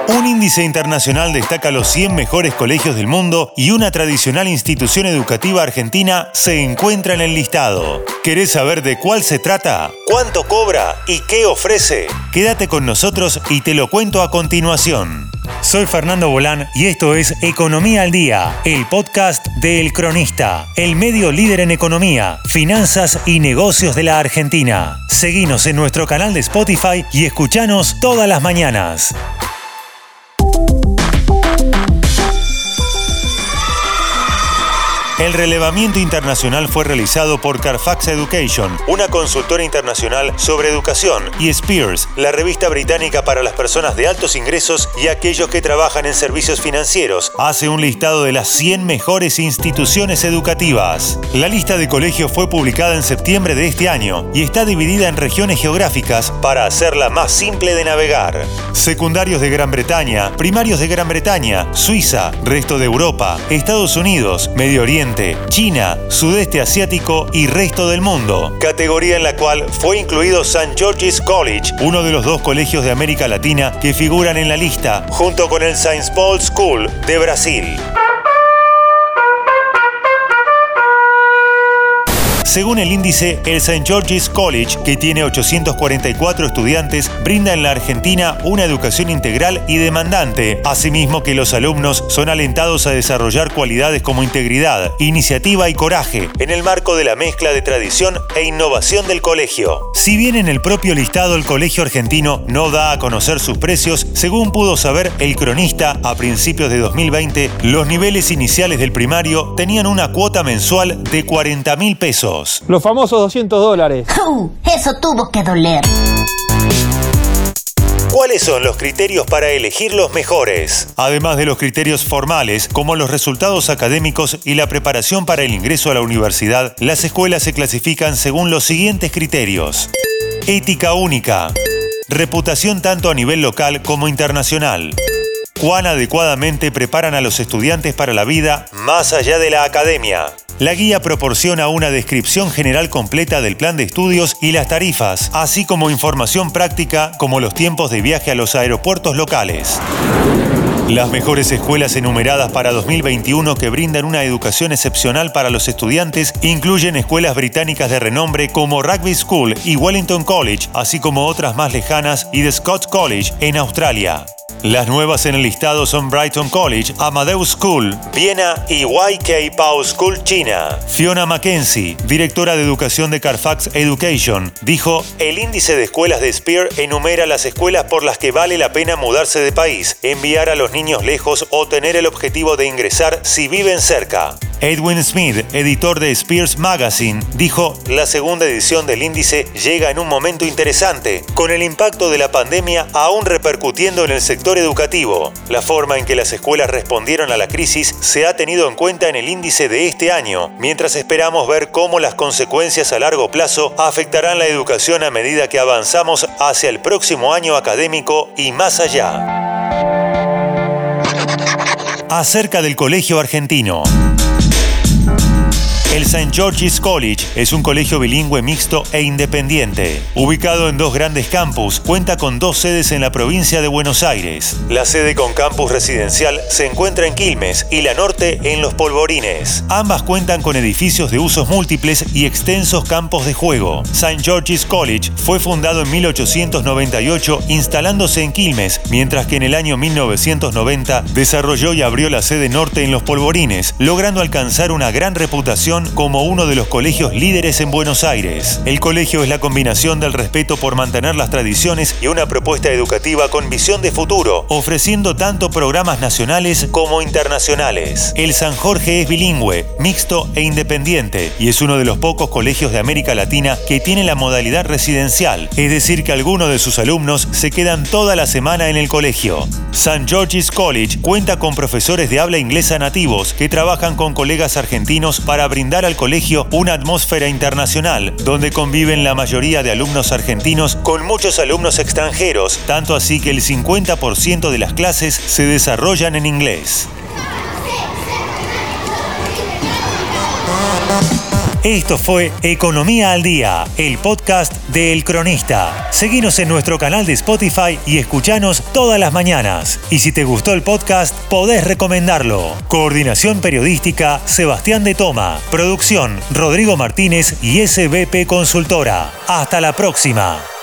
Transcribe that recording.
Un índice internacional destaca los 100 mejores colegios del mundo y una tradicional institución educativa argentina se encuentra en el listado. ¿Querés saber de cuál se trata? ¿Cuánto cobra? ¿Y qué ofrece? Quédate con nosotros y te lo cuento a continuación. Soy Fernando Bolán y esto es Economía al Día, el podcast de El Cronista, el medio líder en economía, finanzas y negocios de la Argentina. Seguinos en nuestro canal de Spotify y escuchanos todas las mañanas. El relevamiento internacional fue realizado por Carfax Education, una consultora internacional sobre educación, y Spears, la revista británica para las personas de altos ingresos y aquellos que trabajan en servicios financieros, hace un listado de las 100 mejores instituciones educativas. La lista de colegios fue publicada en septiembre de este año y está dividida en regiones geográficas para hacerla más simple de navegar. Secundarios de Gran Bretaña, primarios de Gran Bretaña, Suiza, resto de Europa, Estados Unidos, Medio Oriente, China, Sudeste Asiático y resto del mundo, categoría en la cual fue incluido St. George's College, uno de los 2 colegios de América Latina que figuran en la lista, junto con el St. Paul's School de Brasil. Según el índice, el St. George's College, que tiene 844 estudiantes, brinda en la Argentina una educación integral y demandante, asimismo que los alumnos son alentados a desarrollar cualidades como integridad, iniciativa y coraje, en el marco de la mezcla de tradición e innovación del colegio. Si bien en el propio listado el colegio argentino no da a conocer sus precios, según pudo saber El Cronista a principios de 2020, los niveles iniciales del primario tenían una cuota mensual de 40.000 pesos. Los famosos $200. Eso tuvo que doler. ¿Cuáles son los criterios para elegir los mejores? Además de los criterios formales, como los resultados académicos y la preparación para el ingreso a la universidad, las escuelas se clasifican según los siguientes criterios. Ética única. Reputación tanto a nivel local como internacional. Cuán adecuadamente preparan a los estudiantes para la vida más allá de la academia. La guía proporciona una descripción general completa del plan de estudios y las tarifas, así como información práctica como los tiempos de viaje a los aeropuertos locales. Las mejores escuelas enumeradas para 2021 que brindan una educación excepcional para los estudiantes incluyen escuelas británicas de renombre como Rugby School y Wellington College, así como otras más lejanas y The Scots College en Australia. Las nuevas en el listado son Brighton College, Amadeus School, Viena y YK Pao School, China. Fiona Mackenzie, directora de educación de Carfax Education, dijo: "El índice de escuelas de Spear enumera las escuelas por las que vale la pena mudarse de país, enviar a los niños lejos o tener el objetivo de ingresar si viven cerca". Edwin Smith, editor de Spears Magazine, dijo: "La segunda edición del índice llega en un momento interesante, con el impacto de la pandemia aún repercutiendo en el sector educativo. La forma en que las escuelas respondieron a la crisis se ha tenido en cuenta en el índice de este año, mientras esperamos ver cómo las consecuencias a largo plazo afectarán la educación a medida que avanzamos hacia el próximo año académico y más allá". Acerca del colegio argentino. El St. George's College es un colegio bilingüe mixto e independiente. Ubicado en 2 grandes campus, cuenta con 2 sedes en la provincia de Buenos Aires. La sede con campus residencial se encuentra en Quilmes y la norte en Los Polvorines. Ambas cuentan con edificios de usos múltiples y extensos campos de juego. St. George's College fue fundado en 1898 instalándose en Quilmes, mientras que en el año 1990 desarrolló y abrió la sede norte en Los Polvorines, logrando alcanzar una gran reputación como uno de los colegios líderes en Buenos Aires. El colegio es la combinación del respeto por mantener las tradiciones y una propuesta educativa con visión de futuro, ofreciendo tanto programas nacionales como internacionales. El San Jorge es bilingüe, mixto e independiente, y es uno de los pocos colegios de América Latina que tiene la modalidad residencial, es decir que algunos de sus alumnos se quedan toda la semana en el colegio. St. George's College cuenta con profesores de habla inglesa nativos que trabajan con colegas argentinos para brindar al colegio una atmósfera internacional, donde conviven la mayoría de alumnos argentinos con muchos alumnos extranjeros, tanto así que el 50% de las clases se desarrollan en inglés. Esto fue Economía al Día, el podcast de El Cronista. Seguinos en nuestro canal de Spotify y escuchanos todas las mañanas. Y si te gustó el podcast, podés recomendarlo. Coordinación periodística, Sebastián de Toma. Producción, Rodrigo Martínez y SBP Consultora. Hasta la próxima.